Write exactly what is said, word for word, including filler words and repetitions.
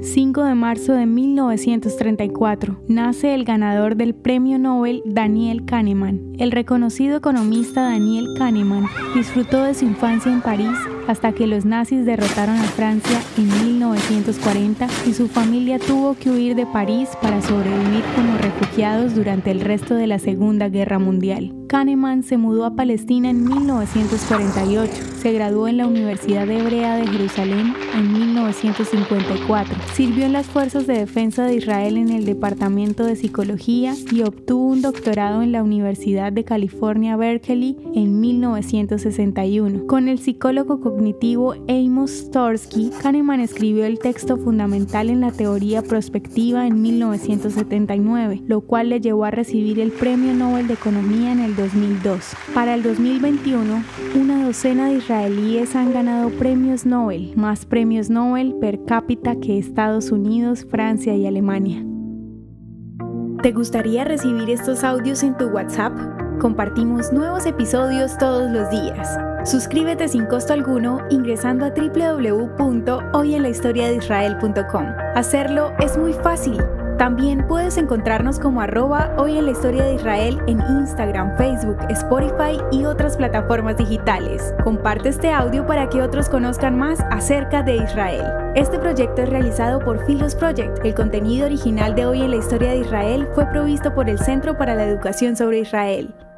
cinco de marzo de mil novecientos treinta y cuatro, nace el ganador del Premio Nobel Daniel Kahneman. El reconocido economista Daniel Kahneman disfrutó de su infancia en París hasta que los nazis derrotaron a Francia en mil novecientos cuarenta y su familia tuvo que huir de París para sobrevivir como refugiados durante el resto de la Segunda Guerra Mundial. Kahneman se mudó a Palestina en mil novecientos cuarenta y ocho, se graduó en la Universidad Hebrea de Jerusalén en mil novecientos cincuenta y cuatro, sirvió en las Fuerzas de Defensa de Israel en el Departamento de Psicología y obtuvo un doctorado en la Universidad de California, Berkeley en mil novecientos sesenta y uno. Con el psicólogo cognitivo Amos Tversky, Kahneman escribió el texto fundamental en la teoría prospectiva en mil novecientos setenta y nueve, lo cual le llevó a recibir el Premio Nobel de Economía en el dos mil dos. Para el dos mil veintiuno, una docena de israelíes han ganado premios Nobel, más premios Nobel per cápita que Estados Unidos, Francia y Alemania. ¿Te gustaría recibir estos audios en tu WhatsApp? Compartimos nuevos episodios todos los días. Suscríbete sin costo alguno ingresando a doble u doble u doble u punto hoy en la historia de israel punto com. Hacerlo es muy fácil. También puedes encontrarnos como arroba hoy en la historia de Israel en Instagram, Facebook, Spotify y otras plataformas digitales. Comparte este audio para que otros conozcan más acerca de Israel. Este proyecto es realizado por Philos Project. El contenido original de Hoy en la historia de Israel fue provisto por el Centro para la Educación sobre Israel.